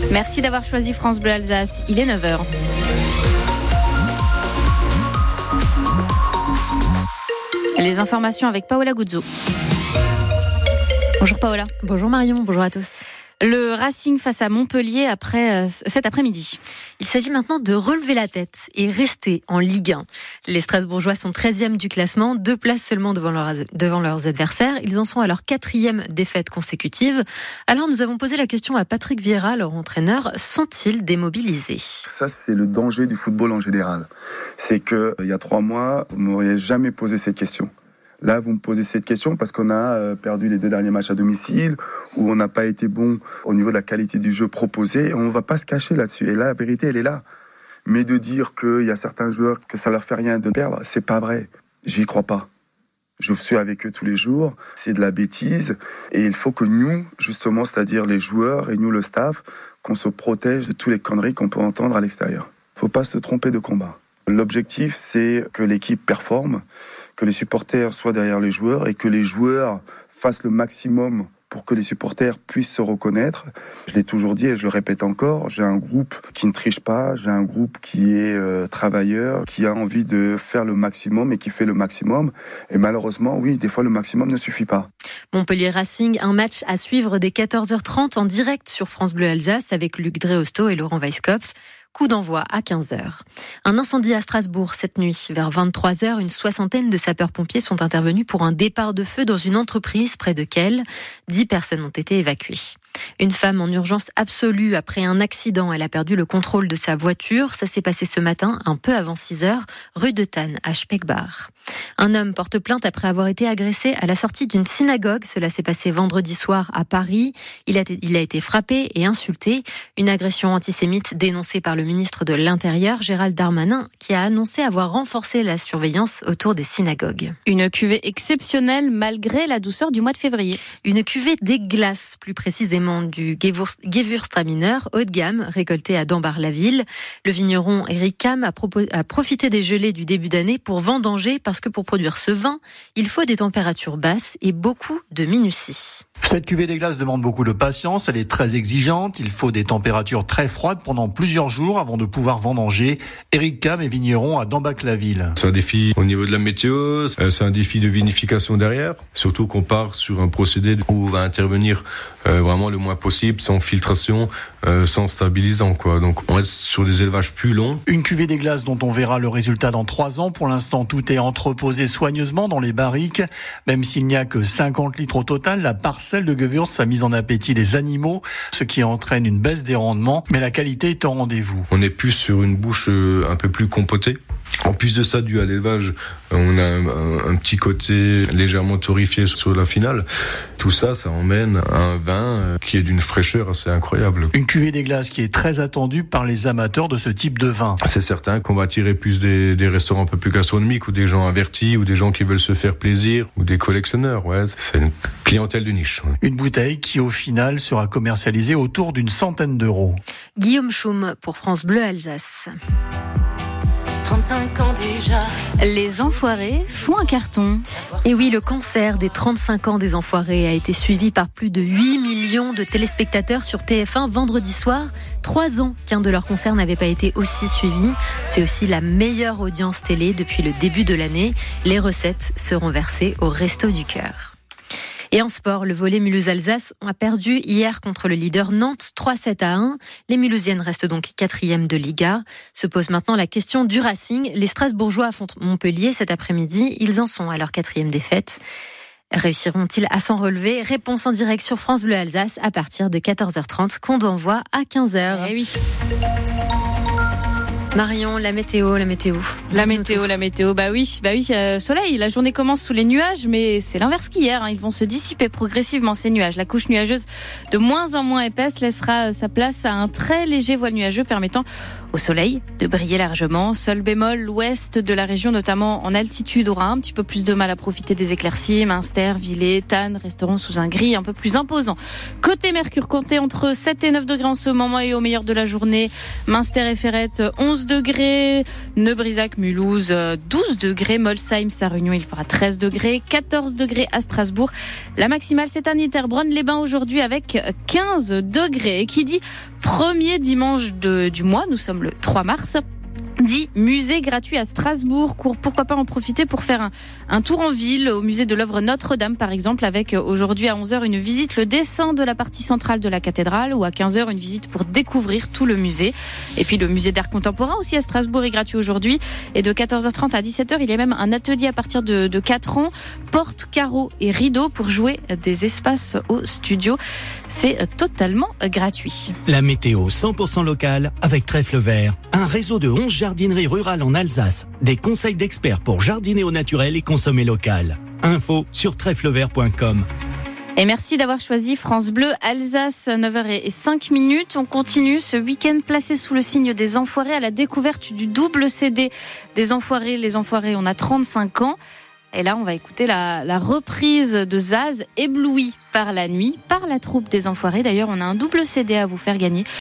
Merci d'avoir choisi France Bleu Alsace. Il est 9h. Les informations avec Paola Guzzo. Bonjour Paola. Bonjour Marion, bonjour à tous. Le Racing face à Montpellier cet après-midi. Il s'agit maintenant de relever la tête et rester en Ligue 1. Les Strasbourgeois sont 13e du classement, 2 places seulement devant leurs adversaires. Ils en sont à leur 4e défaite consécutive. Alors nous avons posé la question à Patrick Vieira, leur entraîneur. Sont-ils démobilisés ? Ça, c'est le danger du football en général. C'est que il y a 3 mois, vous m'auriez jamais posé cette question. Là, vous me posez cette question parce qu'on a perdu les 2 derniers matchs à domicile, où on n'a pas été bon au niveau de la qualité du jeu proposé. On ne va pas se cacher là-dessus. Et là, la vérité, elle est là. Mais de dire qu'il y a certains joueurs que ça leur fait rien de perdre, c'est pas vrai. J'y crois pas. Je suis avec eux tous les jours. C'est de la bêtise. Et il faut que nous, justement, c'est-à-dire les joueurs et nous, le staff, qu'on se protège de toutes les conneries qu'on peut entendre à l'extérieur. Faut pas se tromper de combat. L'objectif, c'est que l'équipe performe, que les supporters soient derrière les joueurs et que les joueurs fassent le maximum pour que les supporters puissent se reconnaître. Je l'ai toujours dit et je le répète encore, j'ai un groupe qui ne triche pas, j'ai un groupe qui est travailleur, qui a envie de faire le maximum et qui fait le maximum. Et malheureusement, oui, des fois le maximum ne suffit pas. Montpellier Racing, un match à suivre dès 14h30 en direct sur France Bleu Alsace avec Luc Dreosto et Laurent Weisskopf. Coup d'envoi à 15h. Un incendie à Strasbourg cette nuit. Vers 23h, une soixantaine de sapeurs-pompiers sont intervenus pour un départ de feu dans une entreprise près de Kehl. 10 personnes ont été évacuées. Une femme en urgence absolue après un accident. Elle a perdu le contrôle de sa voiture. Ça s'est passé ce matin, un peu avant 6h, rue de Thann, à Speckbach. Un homme porte plainte après avoir été agressé à la sortie d'une synagogue. Cela s'est passé vendredi soir à Paris. Il a été frappé et insulté. Une agression antisémite dénoncée par le ministre de l'Intérieur, Gérald Darmanin, qui a annoncé avoir renforcé la surveillance autour des synagogues. Une cuvée exceptionnelle malgré la douceur du mois de février. Une cuvée des glaces, plus précisément du Gewürztraminer haut de gamme, récolté à Dambar-la-Ville. Le vigneron Eric Cam a profité des gelées du début d'année pour vendanger, parce que pour produire ce vin, il faut des températures basses et beaucoup de minutie. Cette cuvée des glaces demande beaucoup de patience, elle est très exigeante, il faut des températures très froides pendant plusieurs jours avant de pouvoir vendanger. Eric Cam est vigneron à Dambar-la-Ville. C'est un défi au niveau de la météo, c'est un défi de vinification derrière, surtout qu'on part sur un procédé où on va intervenir vraiment le moins possible, sans filtration, sans stabilisant, quoi. Donc on reste sur des élevages plus longs. Une cuvée des glaces dont on verra le résultat dans 3 ans. Pour l'instant, tout est entreposé soigneusement dans les barriques. Même s'il n'y a que 50 litres au total, la parcelle de Gewürz a mis en appétit les animaux, ce qui entraîne une baisse des rendements, mais la qualité est au rendez-vous. On est plus sur une bouche un peu plus compotée. En plus de ça, dû à l'élevage, on a un petit côté légèrement torréfié sur la finale. Tout ça, ça emmène à un vin qui est d'une fraîcheur assez incroyable. Une cuvée des glaces qui est très attendue par les amateurs de ce type de vin. C'est certain qu'on va attirer plus des restaurants un peu plus gastronomiques, ou des gens avertis, ou des gens qui veulent se faire plaisir, ou des collectionneurs. Ouais, c'est une clientèle de niche. Ouais. Une bouteille qui, au final, sera commercialisée autour d'une centaine d'euros. Guillaume Schum pour France Bleu Alsace. 35 ans déjà. Les Enfoirés font un carton. Et oui, le concert des 35 ans des Enfoirés a été suivi par plus de 8 millions de téléspectateurs sur TF1 vendredi soir. 3 ans qu'un de leurs concerts n'avait pas été aussi suivi. C'est aussi la meilleure audience télé depuis le début de l'année. Les recettes seront versées au Resto du Cœur. Et en sport, le volley Mulhouse-Alsace a perdu hier contre le leader Nantes 3-7-1. Les Mulhousiennes restent donc 4e de Liga. Se pose maintenant la question du Racing. Les Strasbourgeois affrontent Montpellier cet après-midi. Ils en sont à leur 4e défaite. Réussiront-ils à s'en relever ? Réponse en direct sur France Bleu Alsace à partir de 14h30, qu'on envoie à 15h. Eh oui. Marion, la météo. Bah oui, soleil, la journée commence sous les nuages, mais c'est l'inverse qu'hier, hein. Ils vont se dissiper progressivement, ces nuages. La couche nuageuse de moins en moins épaisse laissera sa place à un très léger voile nuageux permettant au soleil de briller largement. Seul bémol, l'ouest de la région, notamment en altitude, aura un petit peu plus de mal à profiter des éclaircies. Münster, Villers, Thann resteront sous un gris un peu plus imposant. Côté Mercure, comptez entre 7 et 9 degrés en ce moment et au meilleur de la journée. Münster et Ferrette, 11 11 degrés. Nebrisac, Mulhouse, 12 degrés. Molsheim, sa Réunion, il fera 13 degrés. 14 degrés à Strasbourg. La maximale, c'est à Nitterbronn-les-Bains aujourd'hui avec 15 degrés. Et qui dit premier dimanche du mois, nous sommes le 3 mars, dit musée gratuit à Strasbourg. Pourquoi pas en profiter pour faire un tour en ville, au musée de l'œuvre Notre-Dame par exemple, avec aujourd'hui à 11h une visite, le dessin de la partie centrale de la cathédrale, ou à 15h une visite pour découvrir tout le musée. Et puis le musée d'art contemporain aussi à Strasbourg est gratuit aujourd'hui. Et de 14h30 à 17h, il y a même un atelier à partir de 4 ans, portes, carreaux et rideaux pour jouer des espaces au studio. C'est totalement gratuit. La météo 100% locale avec Trèfle Vert, un réseau de 11 jardineries rurales en Alsace. Des conseils d'experts pour jardiner au naturel et consommer local. Info sur trèflevert.com. Et merci d'avoir choisi France Bleu Alsace, 9h05. On continue ce week-end placé sous le signe des Enfoirés à la découverte du double CD des Enfoirés. Les Enfoirés, on a 35 ans. Et là, on va écouter la reprise de Zaz, ébloui par la nuit, par la troupe des Enfoirés. D'ailleurs, on a un double CD à vous faire gagner.